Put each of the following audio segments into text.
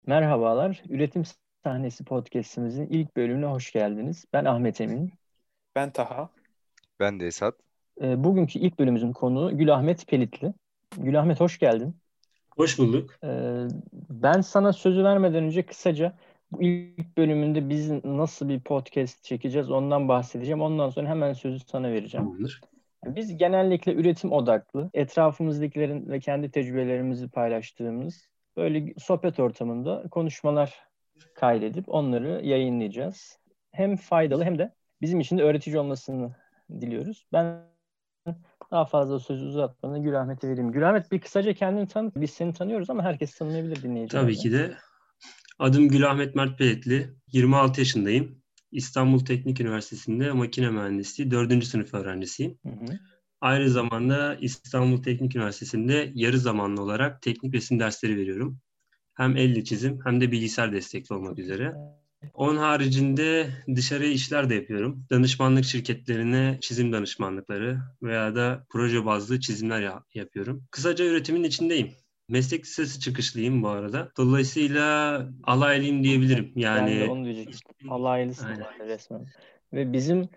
Merhabalar, Üretim Sahnesi Podcast'imizin ilk bölümüne hoş geldiniz. Ben Ahmet Emin. Ben Taha. Ben de Esat. Bugünkü ilk bölümümüzün konuğu Gülahmet Pelitli. Gülahmet hoş geldin. Hoş bulduk. Ben sana sözü vermeden önce kısaca bu ilk bölümünde biz nasıl bir podcast çekeceğiz ondan bahsedeceğim. Ondan sonra hemen sözü sana vereceğim. Tamamdır. Biz genellikle üretim odaklı, etrafımızdakilerin ve kendi tecrübelerimizi paylaştığımız böyle sohbet ortamında konuşmalar kaydedip onları yayınlayacağız. Hem faydalı hem de bizim için de öğretici olmasını diliyoruz. Ben daha fazla sözü uzatmadan Gülahmet'e vereyim. Gülahmet, bir kısaca kendini tanıt. Biz seni tanıyoruz ama herkes tanıyabilir dinleyiciler. Tabii ki de. Adım Gülahmet Mert Pelitli. 26 yaşındayım. İstanbul Teknik Üniversitesi'nde makine mühendisliği 4. sınıf öğrencisiyim. Hı. Aynı zamanda İstanbul Teknik Üniversitesi'nde yarı zamanlı olarak teknik resim dersleri veriyorum. Hem elle çizim hem de bilgisayar destekli olmak üzere. Onun haricinde dışarıya işler de yapıyorum. Danışmanlık şirketlerine çizim danışmanlıkları veya da proje bazlı çizimler yapıyorum. Kısaca üretimin içindeyim. Meslek lisesi çıkışlıyım bu arada. Dolayısıyla alaylıyım diyebilirim. Ben de onu diyecektim. Alaylısın yani resmen. Ve bizim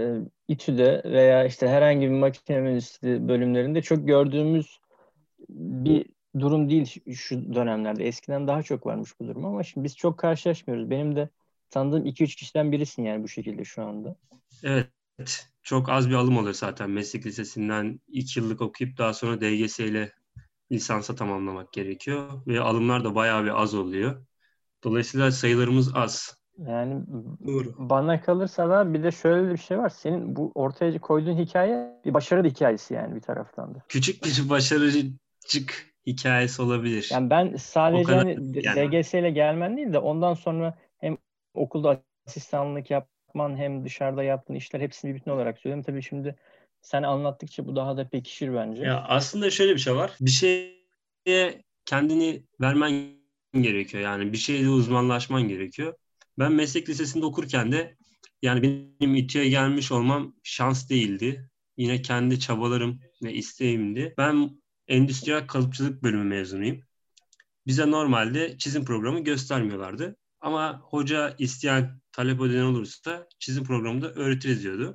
İTÜ'de veya işte herhangi bir makine mühendisliği bölümlerinde çok gördüğümüz bir durum değil şu dönemlerde. Eskiden daha çok varmış bu durum ama şimdi biz çok karşılaşmıyoruz. Benim de tanıdığım 2-3 kişiden birisin yani bu şekilde şu anda. Evet. Çok az bir alım oluyor zaten. Meslek lisesinden 2 yıllık okuyup daha sonra DGS ile lisansa tamamlamak gerekiyor. Ve alımlar da bayağı bir az oluyor. Dolayısıyla sayılarımız az. Yani Doğru. bana kalırsa da bir de şöyle bir şey var. Senin bu ortaya koyduğun hikaye bir başarı hikayesi yani bir taraftan da. Küçük bir başarıcık hikayesi olabilir. Yani ben sadece kadar hani yani. DGS ile gelmen değil de ondan sonra hem okulda asistanlık yapman hem dışarıda yaptığın işler hepsini bir bütün olarak söylüyorum. Tabii şimdi sen anlattıkça bu daha da pekişir bence. Ya aslında şöyle bir şey var. Bir şeye kendini vermen gerekiyor. Yani bir şeyde uzmanlaşman gerekiyor. Ben meslek lisesinde okurken de yani benim İTÜ'ye gelmiş olmam şans değildi. Yine kendi çabalarım ve isteğimdi. Ben endüstriyel kalıpçılık bölümü mezunuyum. Bize normalde çizim programı göstermiyorlardı. Ama hoca isteyen, talep eden olursa çizim programı da öğretiriz diyordu.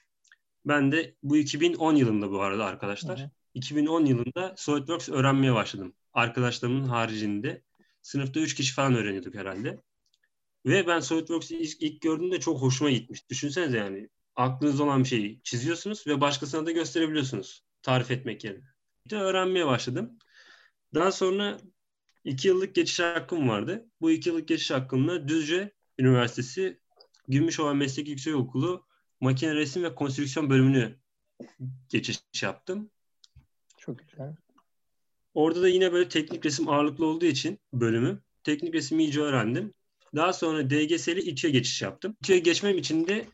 Ben de bu 2010 yılında bu arada arkadaşlar. Hı. 2010 yılında SolidWorks öğrenmeye başladım. Arkadaşlarımın haricinde. Sınıfta 3 kişi falan öğreniyorduk herhalde. Ve ben SolidWorks'ı ilk gördüğümde çok hoşuma gitmiş. Düşünsenize yani aklınızda olan bir şeyi çiziyorsunuz ve başkasına da gösterebiliyorsunuz. Tarif etmek yerine. Bir de öğrenmeye başladım. Daha sonra 2 yıllık geçiş hakkım vardı. Bu 2 yıllık geçiş hakkımla Düzce Üniversitesi Gümüşhova Meslek Yüksekokulu Makine Resim ve Konstrüksiyon bölümünü geçiş yaptım. Çok güzel. Orada da yine böyle teknik resim ağırlıklı olduğu için bölümü teknik resmi iyice öğrendim. Daha sonra DGS'li İTÜ'ye geçiş yaptım. İTÜ'ye geçmem için de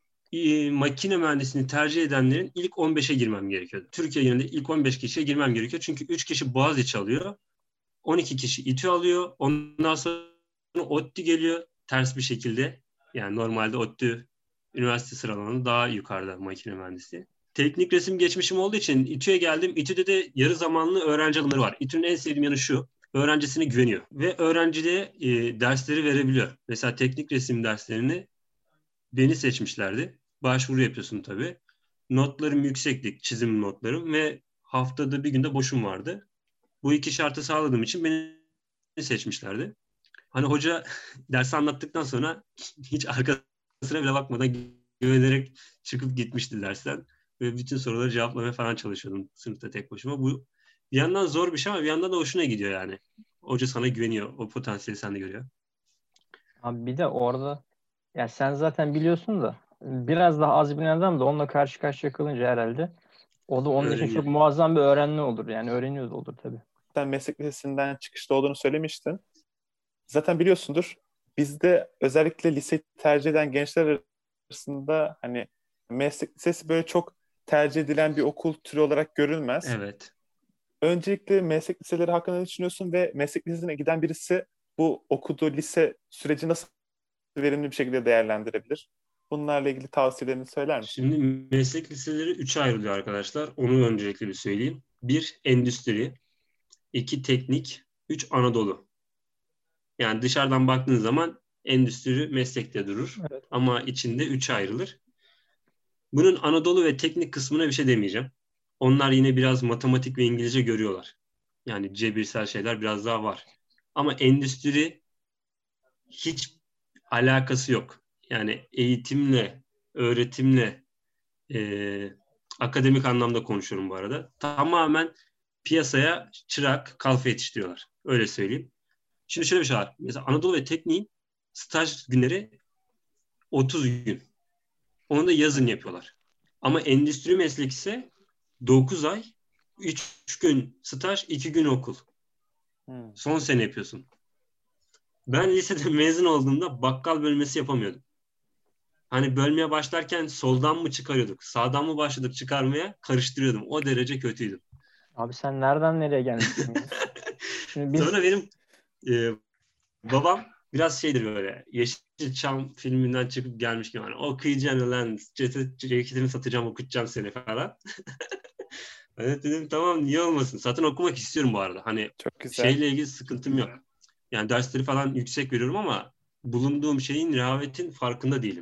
makine mühendisliğini tercih edenlerin ilk 15'e girmem gerekiyordu. Türkiye yerinde ilk 15 kişiye girmem gerekiyor. Çünkü 3 kişi Boğaziçi alıyor. 12 kişi İTÜ alıyor. Ondan sonra ODTÜ geliyor ters bir şekilde. Yani normalde ODTÜ üniversite sıralamanı daha yukarıda makine mühendisliği. Teknik resim geçmişim olduğu için İTÜ'ye geldim. İTÜ'de de yarı zamanlı öğrenci alımları var. İTÜ'nün en sevdiğim yanı şu. Öğrencisine güveniyor. Ve öğrenciye dersleri verebiliyor. Mesela teknik resim derslerini beni seçmişlerdi. Başvuru yapıyorsun tabii. Notlarım yüksekti, çizim notlarım ve haftada bir günde boşum vardı. Bu iki şartı sağladığım için beni seçmişlerdi. Hani hoca dersi anlattıktan sonra hiç arkasına bile bakmadan güvenerek çıkıp gitmişti dersten. Ve bütün soruları cevaplamaya falan çalışıyordum sınıfta tek başıma. Bu bir yandan zor bir şey ama bir yandan da hoşuna gidiyor yani. Hoca sana güveniyor. O potansiyeli sende görüyor. Abi bir de orada ya sen zaten biliyorsun da biraz daha az bilen adam da onunla karşı karşıya kalınca herhalde o da onun için çok Öğreniyor. muazzam bir öğrenme olur. Yani öğreniyor da olur tabii. Sen meslek lisesinden çıkışta olduğunu söylemiştin. Zaten biliyorsundur. Bizde özellikle lise tercih eden gençler arasında hani meslek lisesi böyle çok tercih edilen bir okul türü olarak görülmez. Evet. Öncelikle meslek liseleri hakkında ne düşünüyorsun ve meslek lisesine giden birisi bu okuduğu lise süreci nasıl verimli bir şekilde değerlendirebilir? Bunlarla ilgili tavsiyelerini söyler misin? Şimdi meslek liseleri 3'e ayrılıyor arkadaşlar. Onu öncelikle bir söyleyeyim. 1 endüstri, 2 teknik, 3 Anadolu. Yani dışarıdan baktığın zaman endüstri meslekte durur. Evet. Ama içinde 3'e ayrılır. Bunun Anadolu ve teknik kısmına bir şey demeyeceğim. Onlar yine biraz matematik ve İngilizce görüyorlar. Yani cebirsel şeyler biraz daha var. Ama endüstri hiç alakası yok. Yani eğitimle, öğretimle, akademik anlamda konuşuyorum bu arada. Tamamen piyasaya çırak, kalfa yetiştiriyorlar. Öyle söyleyeyim. Şimdi şöyle bir şey var. Mesela Anadolu ve Teknik'in staj günleri 30 gün. Onu da yazın yapıyorlar. Ama endüstri meslek ise 9 ay, 3 gün staj, 2 gün okul. Son sene yapıyorsun. Ben lisede mezun olduğumda bakkal bölmesi yapamıyordum. Hani bölmeye başlarken soldan mı çıkarıyorduk, sağdan mı başladık çıkarmaya karıştırıyordum. O derece kötüydüm. Abi sen nereden nereye gelmişsin ya? Şimdi biz Sonra benim e, babam biraz şeydir böyle. Yeşilçam filminden çıkıp gelmiş gibi. Hani okuyacaksın lan. Ceketimi satacağım, okutacağım seni falan. Evet dedim tamam niye olmasın. Zaten okumak istiyorum bu arada. Hani Çok güzel. şeyle ilgili sıkıntım yok. Yani dersleri falan yüksek veriyorum ama bulunduğum şeyin, rehavetin farkında değilim.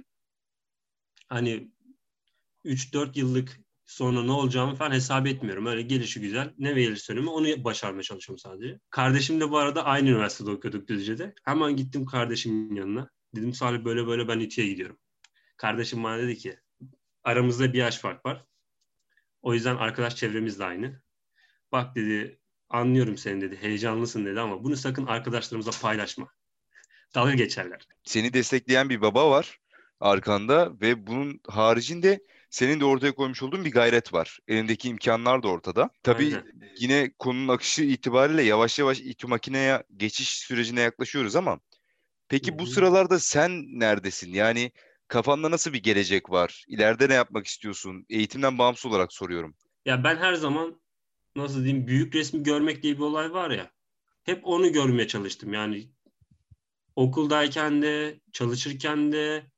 Hani 3-4 yıllık sonra ne olacağımı falan hesap etmiyorum. Öyle gelişi güzel. Ne verirse önüme onu başarmaya çalışıyorum sadece. Kardeşim de bu arada aynı üniversitede okuyorduk Düzce'de. Hemen gittim kardeşimin yanına. Dedim Salih böyle böyle ben İTÜ'ye gidiyorum. Kardeşim bana dedi ki aramızda bir yaş fark var. O yüzden arkadaş çevremiz de aynı. Bak dedi anlıyorum seni dedi. Heyecanlısın dedi ama bunu sakın arkadaşlarımıza paylaşma. Dalga geçerler. Seni destekleyen bir baba var arkanda ve bunun haricinde senin de ortaya koymuş olduğun bir gayret var. Elindeki imkanlar da ortada. Tabii Aynen. yine konunun akışı itibariyle yavaş yavaş İTÜ makineye geçiş sürecine yaklaşıyoruz ama peki bu Hı-hı. sıralarda sen neredesin? Yani kafanda nasıl bir gelecek var? İleride ne yapmak istiyorsun? Eğitimden bağımsız olarak soruyorum. Ya ben her zaman nasıl diyeyim büyük resmi görmek diye bir olay var ya. Hep onu görmeye çalıştım. Yani okuldayken de çalışırken de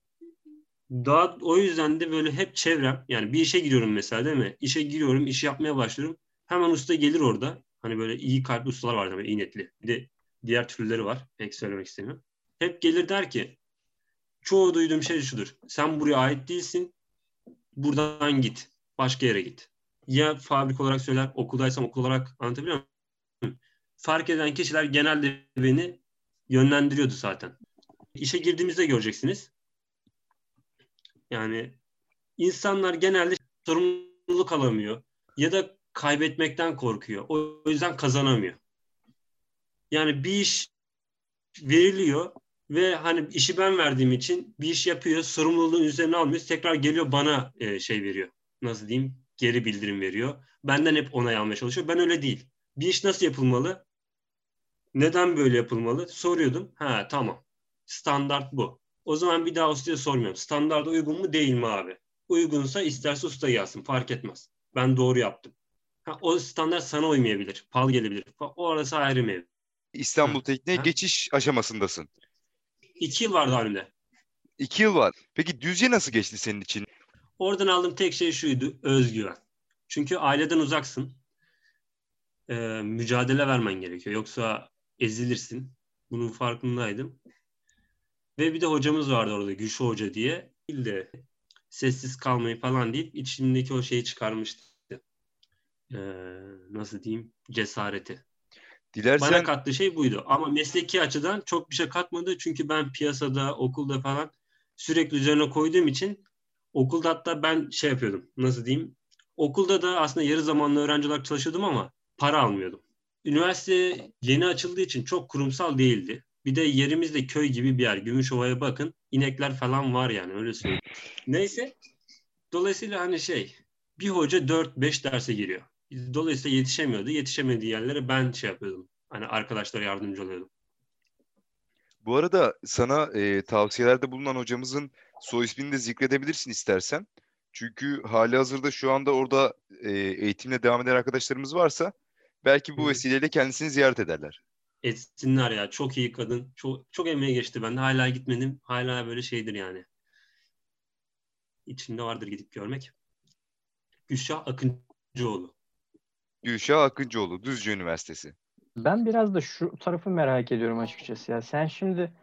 daha o yüzden de böyle hep çevrem yani bir işe giriyorum mesela değil mi? İşe giriyorum, iş yapmaya başlıyorum. Hemen usta gelir orada. Hani böyle iyi kalpli ustalar var tabii iyi niyetli. Bir de diğer türleri var. Pek söylemek istemiyorum. Hep gelir der ki çoğu duyduğum şey şudur. Sen buraya ait değilsin. Buradan git. Başka yere git. Ya fabrik olarak söyler, okuldaysam okul olarak anlatabiliyor muyum? Fark eden kişiler genelde beni yönlendiriyordu zaten. İşe girdiğimizde göreceksiniz. Yani insanlar genelde sorumluluk alamıyor ya da kaybetmekten korkuyor. O yüzden kazanamıyor. Yani bir iş veriliyor ve hani işi ben verdiğim için bir iş yapıyor, sorumluluğun üzerine almıyor. Tekrar geliyor bana şey veriyor. Nasıl diyeyim? Geri bildirim veriyor. Benden hep onay almaya çalışıyor. Ben öyle değil. Bir iş nasıl yapılmalı? Neden böyle yapılmalı? Soruyordum. Ha tamam. Standart bu. O zaman bir daha ustaya sormuyorum. Standarda uygun mu değil mi abi? Uygunsa isterse usta gelsin. Fark etmez. Ben doğru yaptım. Ha, o standart sana uymayabilir. Pal gelebilir. O arası ayrı mevzu. İstanbul Ha. Teknik'e Ha. geçiş aşamasındasın. 2 yıl vardı önümde. 2 yıl var. Peki Düzce nasıl geçti senin için? Oradan aldığım tek şey şuydu. Özgüven. Çünkü aileden uzaksın. Mücadele vermen gerekiyor. Yoksa ezilirsin. Bunun farkındaydım. Ve bir de hocamız vardı orada Gülşah Hoca diye. Değil de sessiz kalmayı falan deyip içimdeki o şeyi çıkarmıştı. Ee, nasıl diyeyim? Cesareti. Bana Dilersen kattığı şey buydu. Ama mesleki açıdan çok bir şey katmadı. Çünkü ben piyasada, okulda falan sürekli üzerine koyduğum için okulda hatta ben şey yapıyordum. Nasıl diyeyim? Okulda da aslında yarı zamanlı öğrenci olarak çalışıyordum ama para almıyordum. Üniversite yeni açıldığı için çok kurumsal değildi. Bir de yerimiz de köy gibi bir yer. Gümüşova'ya bakın. İnekler falan var yani öyle söyleyeyim. Neyse. Dolayısıyla hani şey bir hoca 4-5 derse giriyor. Dolayısıyla yetişemiyordu. Yetişemediği yerlere ben şey yapıyordum. Hani arkadaşlara yardımcı oluyordum. bu arada sana tavsiyelerde bulunan hocamızın soy ismini de zikredebilirsin istersen. Çünkü hali hazırda şu anda orada eğitimle devam eden arkadaşlarımız varsa belki bu Hı. vesileyle kendisini ziyaret ederler. Etsinler ya. Çok iyi kadın. Çok, çok emeği geçti. Ben de hala gitmedim. Hala böyle şeydir yani. İçimde vardır gidip görmek. Gülşah Akıncıoğlu. Gülşah Akıncıoğlu, Düzce Üniversitesi. Ben biraz da şu tarafı merak ediyorum açıkçası. Ya sen şimdi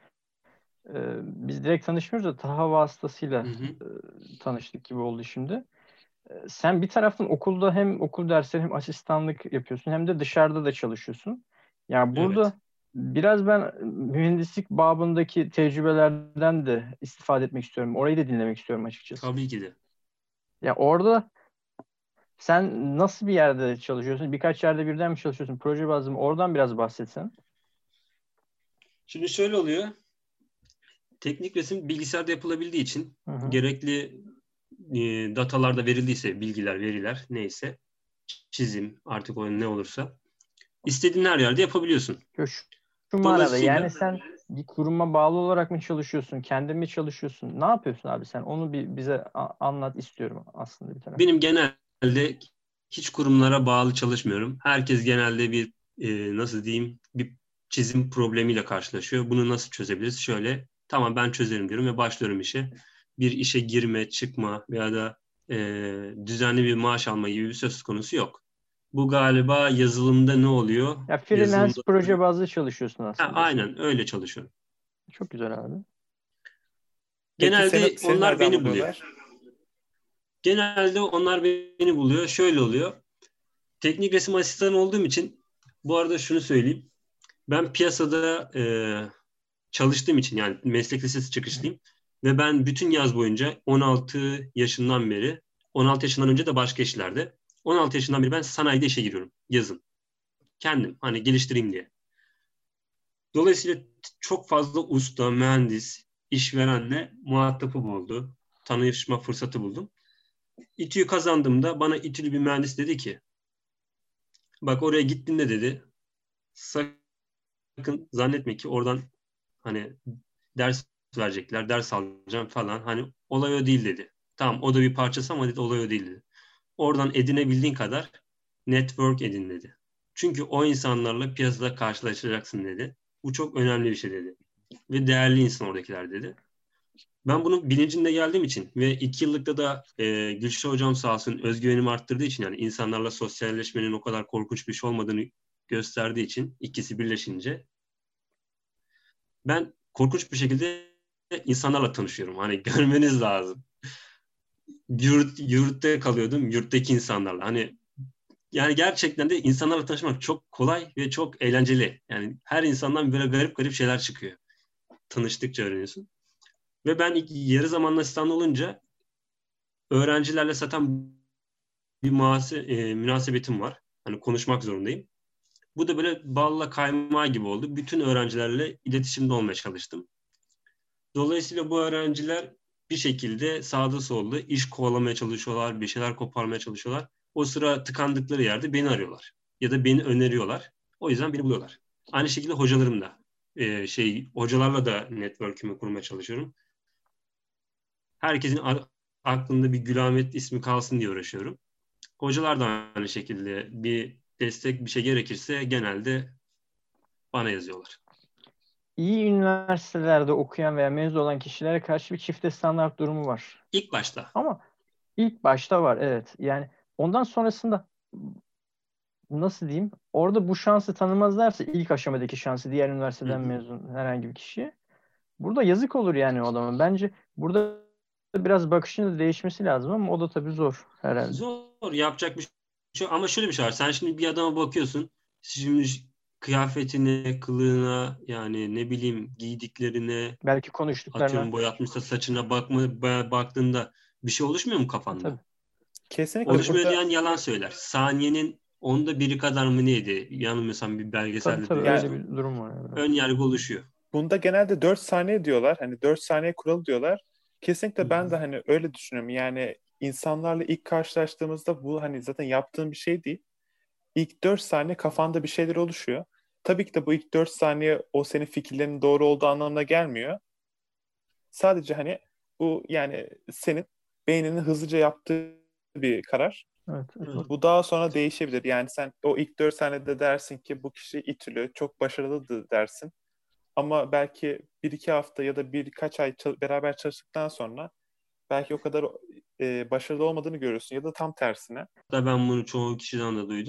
biz direkt tanışmıyoruz da Taha vasıtasıyla Hı hı. tanıştık gibi oldu şimdi. Sen bir taraftan okulda hem okul dersleri hem asistanlık yapıyorsun hem de dışarıda da çalışıyorsun. Ya Evet. burada biraz ben mühendislik babındaki tecrübelerden de istifade etmek istiyorum. Orayı da dinlemek istiyorum açıkçası. Tabii ki de. Ya orada sen nasıl bir yerde çalışıyorsun? Birkaç yerde birden mi çalışıyorsun? Proje bazlı mı? Oradan biraz bahsetsen. Şimdi şöyle oluyor. Teknik resim bilgisayarda yapılabildiği için Hı hı. gerekli datalarda verildiyse bilgiler, veriler neyse çizim artık o ne olursa istediğin her yerde yapabiliyorsun. Şu manada Dolayısıyla yani sen bir kuruma bağlı olarak mı çalışıyorsun? Kendin mi çalışıyorsun? Ne yapıyorsun abi sen? Onu bize anlat istiyorum aslında bir taraf. benim genelde hiç kurumlara bağlı çalışmıyorum. Herkes genelde bir nasıl diyeyim bir çizim problemiyle karşılaşıyor. Bunu nasıl çözebiliriz? Şöyle tamam ben çözerim diyorum ve başlıyorum işe. Bir işe girme, çıkma veya da düzenli bir maaş alma gibi bir söz konusu yok. Bu galiba yazılımda ne oluyor? Ya freelance Yazılımda proje bazlı çalışıyorsun aslında sen. aynen öyle çalışıyorum. Çok güzel abi. Peki Genelde seni onlar nereden beni buluyor. buluyorlar? Genelde onlar beni buluyor. Şöyle oluyor. Teknik resim asistanı olduğum için bu arada şunu söyleyeyim. Ben piyasada çalıştığım için yani meslek lisesi çıkışlıyım ve ben bütün yaz boyunca 16 yaşından beri 16 yaşından önce de başka işlerde 16 yaşından beri ben sanayide işe giriyorum yazın. Kendim hani geliştireyim diye. Dolayısıyla çok fazla usta, mühendis, işverenle muhatapım oldu. Tanışma fırsatı buldum. İTÜ'yü kazandığımda bana İTÜ'lü bir mühendis dedi ki bak oraya gittiğinde dedi sakın zannetme ki oradan hani ders verecekler, ders alacağım falan. Hani olay o değil dedi. Tamam o da bir parçası ama dedi olay o değil dedi. Oradan edinebildiğin kadar network edin dedi. Çünkü o insanlarla piyasada karşılaşacaksın dedi. Bu çok önemli bir şey dedi. Ve değerli insan oradakiler dedi. Ben bunun bilincinde geldiğim için ve 2 yıllıkta da Gülşah Hocam sağ olsun özgüvenimi arttırdığı için yani insanlarla sosyalleşmenin o kadar korkunç bir şey olmadığını gösterdiği için ikisi birleşince ben korkunç bir şekilde insanlarla tanışıyorum. Hani görmeniz lazım. Yurtta kalıyordum. Yurttaki insanlarla. Hani yani gerçekten de insanlarla tanışmak çok kolay ve çok eğlenceli. Yani her insandan böyle garip garip şeyler çıkıyor. Tanıştıkça öğreniyorsun. Ve ben yarı zamanlı asistan olunca öğrencilerle zaten bir münasebetim var. Hani konuşmak zorundayım. Bu da böyle balla kaymağı gibi oldu. Bütün öğrencilerle iletişimde olmaya çalıştım. Dolayısıyla bu öğrenciler bir şekilde sağda solda iş kovalamaya çalışıyorlar, bir şeyler koparmaya çalışıyorlar. O sıra tıkandıkları yerde beni arıyorlar ya da beni öneriyorlar. O yüzden beni buluyorlar. Aynı şekilde hocalarım da hocalarla da network'ümü kurmaya çalışıyorum. Herkesin aklında bir Gülahmet ismi kalsın diye uğraşıyorum. Hocalar da aynı şekilde bir destek bir şey gerekirse genelde bana yazıyorlar. İyi üniversitelerde okuyan veya mezun olan kişilere karşı bir çifte standart durumu var. İlk başta. Ama ilk başta var evet. Yani ondan sonrasında nasıl diyeyim? Orada bu şansı tanımazlarsa ilk aşamadaki şansı diğer Hı üniversiteden hı. mezun herhangi bir kişiye. Burada yazık olur yani o adamın. Bence burada biraz bakışın da değişmesi lazım ama o da tabii zor herhalde. Zor yapacak bir şey yok. Ama şöyle bir şey var. Sen şimdi bir adama bakıyorsun. Şimdi kıyafetine, kılığına yani ne bileyim giydiklerine Belki konuştuklarına. atıyorum boyatmışsa saçına baktığında bir şey oluşmuyor mu kafanda? Tabii. Kesinlikle Oluşmuyor burada diyen yalan söyler. Saniyenin onda biri kadar mı neydi? Yanılmıyorsam bir Tabii belgeselde tabii öyle yani duymuştum. bir durum var. Evet. Ön yargı oluşuyor. bunda genelde 4 saniye diyorlar. Hani 4 saniye kuralı diyorlar. Hı Kesinlikle ben hı. de hani öyle düşünüyorum. Yani insanlarla ilk karşılaştığımızda bu hani zaten yaptığın bir şey değil. İlk 4 saniye kafanda bir şeyler oluşuyor. Tabii ki de bu ilk 4 saniye o senin fikirlerinin doğru olduğu anlamına gelmiyor. Sadece hani bu yani senin beyninin hızlıca yaptığı bir karar. Evet, Evet. Bu daha sonra değişebilir. Yani sen o ilk 4 saniyede dersin ki bu kişi İTÜ'lü, çok başarılıdır dersin. Ama belki bir iki hafta ya da birkaç ay beraber çalıştıktan sonra belki o kadar başarılı olmadığını görürsün ya da tam tersine. Da ben bunu çoğu kişiden de duydum.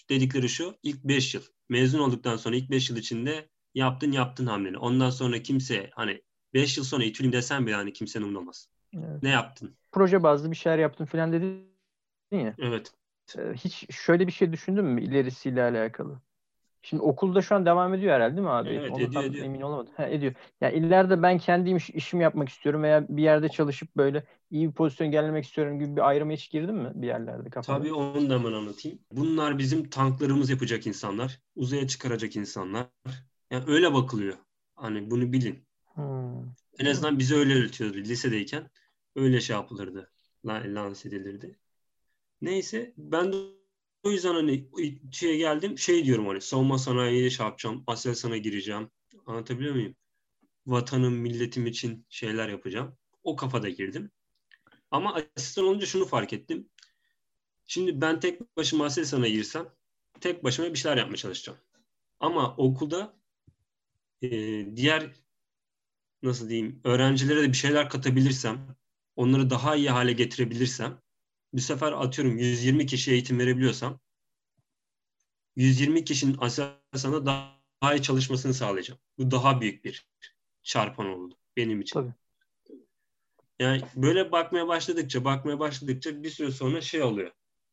dedikleri şu: ilk 5 yıl. Mezun olduktan sonra ilk 5 yıl içinde yaptın hamleni. Ondan sonra kimse hani 5 yıl sonra İTÜ'lüyüm desen bile hani kimsenin umursamaz. Evet. Ne yaptın? Proje bazlı bir şeyler yaptım falan dedin ya. Evet. Hiç şöyle bir şey düşündün mü ilerisiyle alakalı? Şimdi okulda şu an devam ediyor herhalde değil mi abi? Evet, Onu tam ediyor. emin olamadım. Ha, ediyor. Yani ileride ben kendi işimi yapmak istiyorum veya bir yerde çalışıp böyle iyi bir pozisyon gelmek istiyorum gibi bir ayrıma hiç girdin mi bir yerlerde kafada? Tabii, onu da hemen anlatayım. Bunlar bizim tanklarımız yapacak insanlar. Uzaya çıkaracak insanlar. Yani öyle bakılıyor. Hani bunu bilin. En azından bize öyle öğretiyordu lisedeyken. Öyle şey yapılırdı. Lanse edilirdi. Neyse, ben de o yüzden hani şeye geldim. Şey diyorum, hani savunma sanayiye şey yapacağım. Aselsan'a gireceğim. Anlatabiliyor muyum? Vatanım, milletim için şeyler yapacağım. O kafada girdim. Ama asistan olunca şunu fark ettim. Şimdi ben tek başıma Aselsan'a girsem tek başıma bir şeyler yapmaya çalışacağım. Ama okulda diğer, nasıl diyeyim, öğrencilere de bir şeyler katabilirsem, onları daha iyi hale getirebilirsem, bu sefer atıyorum 120 kişiye eğitim verebiliyorsam 120 kişinin Aselsan'da daha iyi çalışmasını sağlayacağım. Bu daha büyük bir çarpan oldu benim için. Tabii. Yani böyle bakmaya başladıkça bir süre sonra şey oluyor.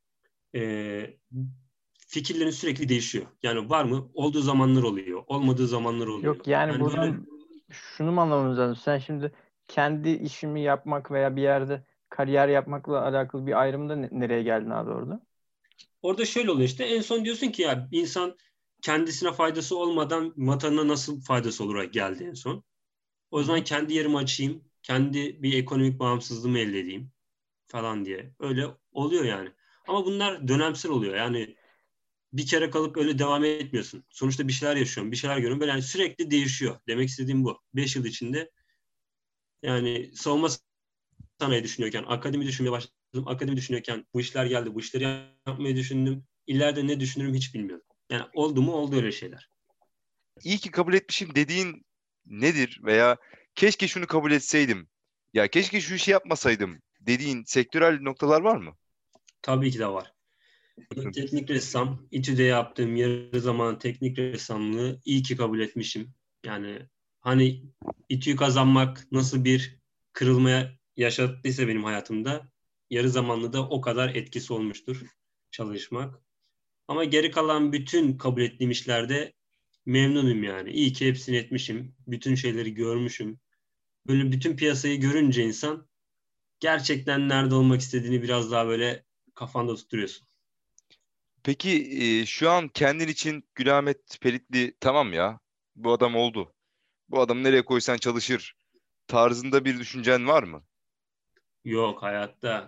Fikirlerin sürekli değişiyor. Yani var mı? Olduğu zamanlar oluyor. Olmadığı zamanlar oluyor. Yok yani Yani böyle buradan şunu mu anlamamız lazım? Sen şimdi kendi işimi yapmak veya bir yerde kariyer yapmakla alakalı bir ayrımda nereye geldin abi orada? orada şöyle oluyor işte. En son diyorsun ki ya, bir insan kendisine faydası olmadan vatanına nasıl faydası olur geldi en son. O zaman kendi yerimi açayım. Kendi bir ekonomik bağımsızlığımı elde edeyim falan diye. Öyle oluyor yani. Ama bunlar dönemsel oluyor. Yani bir kere kalıp öyle devam etmiyorsun. Sonuçta bir şeyler yaşıyorum, bir şeyler görüyorum. Böyle yani sürekli değişiyor. Demek istediğim bu. 5 yıl içinde yani savunma sanayi düşünüyorken, akademi düşünmeye başladım. Akademi düşünüyorken bu işler geldi. Bu işleri yapmayı düşündüm. İleride ne düşünürüm hiç bilmiyorum. Yani oldu mu oldu öyle şeyler. İyi ki kabul etmişim dediğin nedir? Veya keşke şunu kabul etseydim. Ya keşke şu işi yapmasaydım dediğin sektörel noktalar var mı? Tabii ki de var. Teknik ressam, İTÜ'de yaptığım yarı zaman teknik ressamlığı iyi ki kabul etmişim. Yani hani İTÜ'yü kazanmak nasıl bir kırılmaya yaşattıysa benim hayatımda, yarı zamanlı da o kadar etkisi olmuştur çalışmak. Ama geri kalan bütün kabul ettiğim işlerde memnunum yani. İyi ki hepsini etmişim. Bütün şeyleri görmüşüm. Böyle bütün piyasayı görünce insan gerçekten nerede olmak istediğini biraz daha böyle kafanda tutturuyorsun. Peki şu an kendin için Gülahmet Peritli tamam ya bu adam oldu. Bu adam nereye koysan çalışır tarzında bir düşüncen var mı? Yok, hayatta.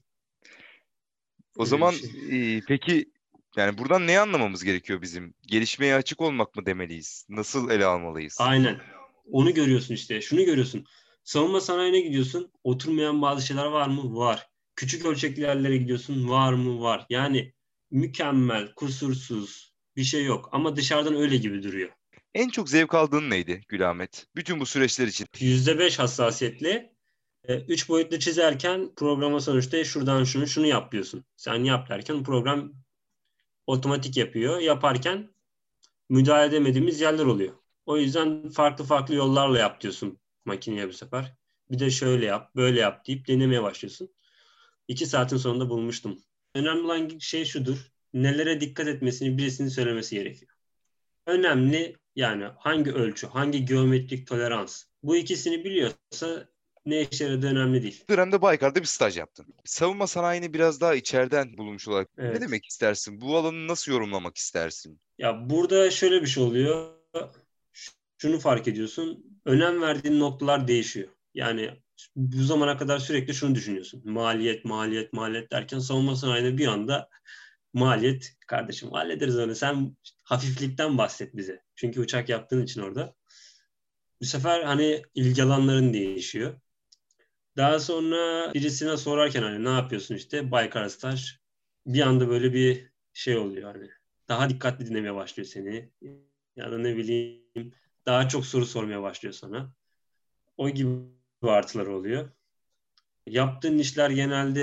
O Öyle bir zaman şey. peki yani buradan ne anlamamız gerekiyor bizim? Gelişmeye açık olmak mı demeliyiz? Nasıl ele almalıyız? Aynen. Onu görüyorsun işte. Şunu görüyorsun. Savunma sanayine gidiyorsun. Oturmayan bazı şeyler var mı? Var. Küçük ölçekli yerlere gidiyorsun. Var mı? Var. Yani mükemmel, kusursuz bir şey yok. Ama dışarıdan öyle gibi duruyor. En çok zevk aldığın neydi Gülahmet? Bütün bu süreçler için. %5 hassasiyetle 3 boyutlu çizerken programa sonuçta şuradan şunu yap diyorsun. Sen yap derken program otomatik yapıyor. Yaparken müdahale edemediğimiz yerler oluyor. O yüzden farklı farklı yollarla yap diyorsun makineye bu sefer. Bir de şöyle yap, böyle yap deyip denemeye başlıyorsun. 2 saatin sonunda bulmuştum. Önemli olan şey şudur: nelere dikkat etmesini birisinin söylemesi gerekiyor. Önemli yani hangi ölçü, hangi geometrik tolerans. Bu ikisini biliyorsa ne işe yaradığı önemli değil. Bu dönemde Baykar'da bir staj yaptın. Savunma sanayini biraz daha içeriden bulmuş olarak ne Evet. demek istersin? Bu alanı nasıl yorumlamak istersin? Ya burada şöyle bir şey oluyor. Şunu fark ediyorsun. Önem verdiğin noktalar değişiyor. Yani bu zamana kadar sürekli şunu düşünüyorsun: maliyet, maliyet, maliyet derken savunma sanayinde bir anda maliyet, kardeşim hallederiz onu. Sen hafiflikten bahset bize. Çünkü uçak yaptığın için orada. Bu sefer hani ilgi alanların değişiyor. Daha sonra birisine sorarken hani ne yapıyorsun, işte Baykar staj, bir anda böyle bir şey oluyor hani. Daha dikkatli dinlemeye başlıyor seni. Ya da ne bileyim, daha çok soru sormaya başlıyor sana. O gibi artılar oluyor. Yaptığın işler genelde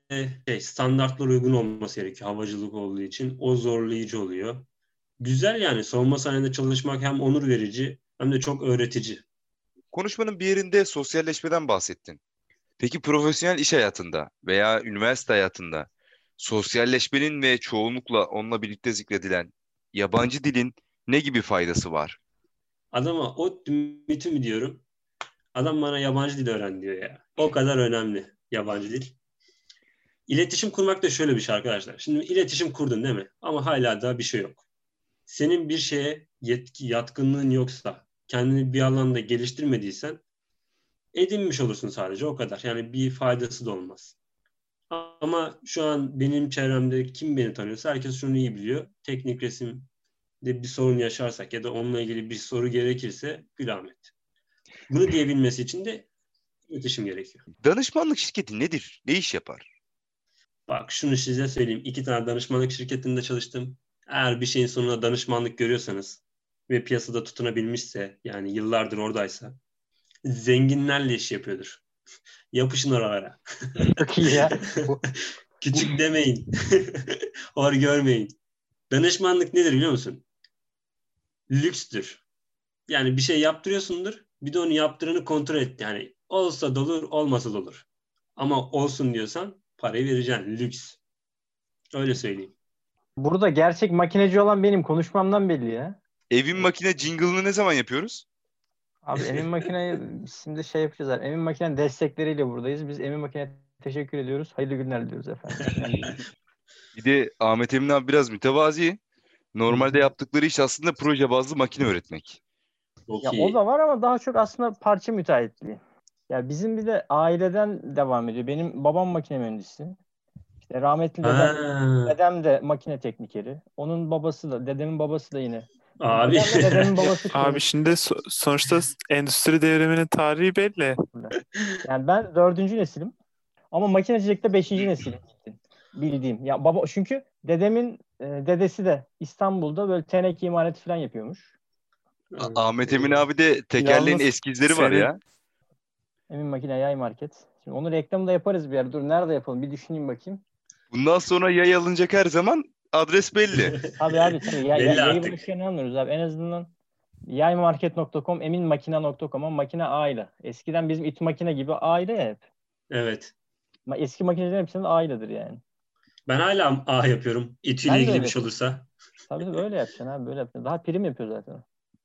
standartlara uygun olması gerekiyor havacılık olduğu için. O zorlayıcı oluyor. Güzel yani savunma sanayinde çalışmak hem onur verici hem de çok öğretici. Konuşmanın bir yerinde sosyalleşmeden bahsettin. Peki profesyonel iş hayatında veya üniversite hayatında sosyalleşmenin ve çoğunlukla onunla birlikte zikredilen yabancı dilin ne gibi faydası var? Adama o ümiti mi diyorum? Adam bana yabancı dil öğren diyor ya. O kadar önemli yabancı dil. İletişim kurmak da şöyle bir şey arkadaşlar. Şimdi iletişim kurdun değil mi? Ama hala da bir şey yok. Senin bir şeye yatkınlığın yoksa, kendini bir alanda geliştirmediysen edinmiş olursun sadece o kadar. Yani bir faydası da olmaz. Ama şu an benim çevremde kim beni tanıyorsa herkes şunu iyi biliyor. Teknik resimde bir sorun yaşarsak ya da onunla ilgili bir soru gerekirse Gül Ahmet. Bunu diyebilmesi için de iletişim gerekiyor. Danışmanlık şirketi nedir? Ne iş yapar? Bak şunu size söyleyeyim. 2 tane danışmanlık şirketinde çalıştım. Eğer bir şeyin sonunda danışmanlık görüyorsanız ve piyasada tutunabilmişse yani yıllardır oradaysa zenginlerle iş yapıyordur. Yapışın oralara. Çok iyi ya. Küçük demeyin. Hor görmeyin. Danışmanlık nedir biliyor musun? Lükstür. Yani bir şey yaptırıyorsundur. Bir de onu yaptıranı kontrol et. Yani olsa da olur, olmasa da olur. Ama olsun diyorsan parayı vereceksin. Lüks. Öyle söyleyeyim. Burada gerçek makineci olan benim. Konuşmamdan belli ya. Evin makine jingle'ını ne zaman yapıyoruz? Abi Emin Makine'yi şimdi şey yapacağız. Emin Makine'nin destekleriyle buradayız. Biz Emin Makine'ye teşekkür ediyoruz. Hayırlı günler diliyoruz efendim. Bir de Ahmet Emin abi biraz mütevazi. Normalde yaptıkları iş aslında proje bazlı makine öğretmek. Çok Ya o iyi. da var ama daha çok aslında parça müteahhitliği. Ya bizim bir de aileden devam ediyor. Benim babam makine mühendisi. İşte rahmetli Ha, dedem de makine teknikeri. Onun babası da, dedemin babası da yine. abi. Dedemle dedemin babası Abi şimdi sonuçta endüstri devriminin tarihi belli. Yani ben 4. nesilim. Ama makinecilikte 5. nesilim. Bildiğim. Ya baba çünkü dedemin dedesi de İstanbul'da böyle teneke imalati falan yapıyormuş. Ahmet Emin abi de tekerleğin Yalnız eskizleri var senin ya. Emin Makine Yay Market. Şimdi onun reklamını da yaparız bir yer. Dur nerede yapalım? Bir düşüneyim bakayım. Bundan sonra yay alınacak her zaman adres belli. Tabii. Belli Yayı artık. başka ne anlıyoruz abi? En azından yaymarket.com eminmakina.com ama makine A ile. Eskiden bizim it makine gibi A ile hep. Evet. Eski makinelerin hepsinin A iledir yani. Ben hala A yapıyorum. İTÜ ile Ben de ilgili öyle bir şey yapıyorum. olursa. Tabii öyle yapacaksın abi böyle yapacaksın. Daha prim yapıyor zaten.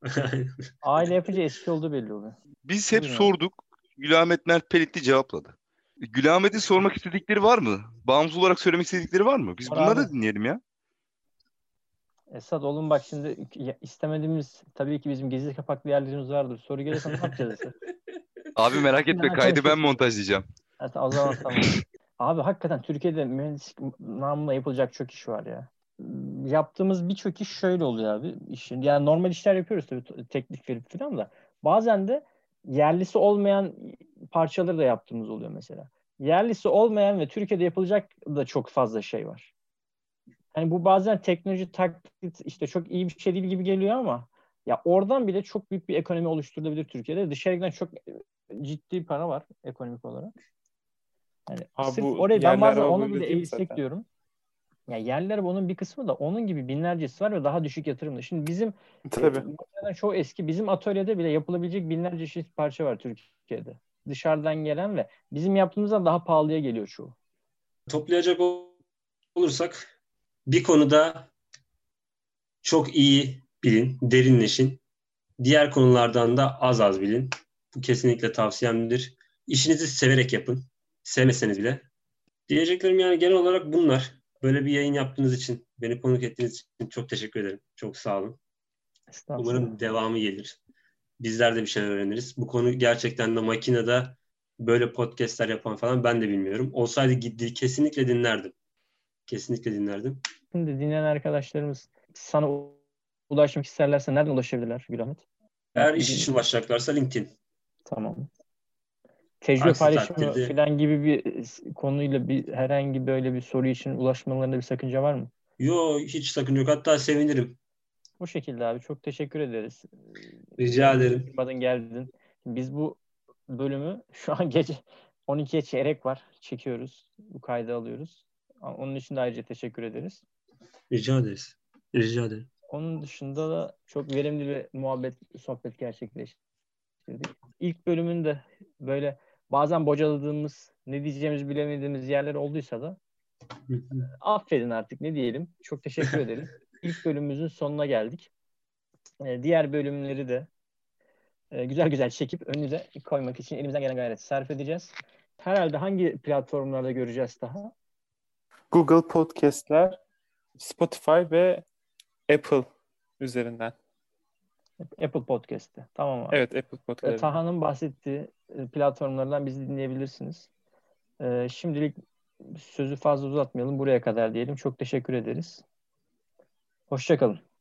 A ile yapınca eski olduğu belli oluyor. Biz hep Buyurun abi. sorduk. Gülahmet Mert Pelitli cevapladı. Gülahmet'in sormak istedikleri var mı? Bağımsız olarak söylemek istedikleri var mı? Biz Var bunları abi. da dinleyelim ya. Esat oğlum bak şimdi istemediğimiz tabii ki bizim gizli kapaklı yerlerimiz vardır. Soru gelirse ne yapacağız Esat? Abi merak etme Hemen kaydı ben konuşuruz. montajlayacağım. Evet, o zaman tamam. Abi hakikaten Türkiye'de mühendislik namına yapılacak çok iş var ya. Yaptığımız birçok iş şöyle oluyor abi. İşin, yani normal işler yapıyoruz tabii teklif verip falan da. Bazen de yerlisi olmayan parçaları da yaptığımız oluyor mesela. Yerlisi olmayan ve Türkiye'de yapılacak da çok fazla şey var. Yani bu bazen teknoloji taklit işte çok iyi bir şey değil gibi geliyor ama ya oradan bile çok büyük bir ekonomi oluşturulabilir Türkiye'de. Dışarıdan çok ciddi para var ekonomik olarak. Yani Abi sırf bu orayı ben yerli bazen araba onu böyle bile değil mi eğilsek zaten? diyorum. Ya yerler bunun bir kısmı da onun gibi binlercesi var ve daha düşük yatırımda. Şimdi bizim Tabii. makinelerin çoğu eski. Bizim atölyede bile yapılabilecek binlerce çeşit parça var Türkiye'de. Dışarıdan gelen ve bizim yaptığımızdan daha pahalıya geliyor çoğu. Toplayacak olursak bir konuda çok iyi bilin, derinleşin. Diğer konulardan da az bilin. Bu kesinlikle tavsiyemdir. İşinizi severek yapın. Sevmeseniz bile. Diyeceklerim yani genel olarak bunlar. Böyle bir yayın yaptığınız için, beni konuk ettiğiniz için çok teşekkür ederim. Çok sağ olun. Estağfurullah. Umarım devamı gelir. Bizler de bir şeyler öğreniriz. Bu konu gerçekten de makinede böyle podcastler yapan falan ben de bilmiyorum. Olsaydı kesinlikle dinlerdim. Kesinlikle dinlerdim. Şimdi dinleyen arkadaşlarımız sana ulaşmak isterlerse nereden ulaşabilirler Gülahmet? Eğer iş için başlayacaklarsa LinkedIn. Tamam. Tecrübe Aksi paylaşımı takdirde falan gibi bir konuyla bir herhangi böyle bir soru için ulaşmalarında bir sakınca var mı? hiç sakın yok. Hatta sevinirim. Bu şekilde abi. Çok teşekkür ederiz. Rica ederim. Kırmadın geldin. Biz bu bölümü şu an gece 12'ye çeyrek var. Çekiyoruz. Bu kaydı alıyoruz. Onun için de ayrıca teşekkür ederiz. Rica ederiz. Rica ederim. Onun dışında da çok verimli bir sohbet gerçekleştirdik. İlk bölümünde böyle bazen bocaladığımız, ne diyeceğimizi bilemediğimiz yerler olduysa da affedin artık, ne diyelim. Çok teşekkür ederiz. İlk bölümümüzün sonuna geldik. Diğer bölümleri de güzel güzel çekip önünüze koymak için elimizden gelen gayreti sarf edeceğiz. Herhalde hangi platformlarda göreceğiz daha? Google Podcast'ler, Spotify ve Apple üzerinden. Apple Podcast'te. Tamam abi. Evet, Apple Podcast'te. Taha'nın bahsettiği platformlardan bizi dinleyebilirsiniz. Şimdilik sözü fazla uzatmayalım. Buraya kadar diyelim. Çok teşekkür ederiz. Hoşça kalın.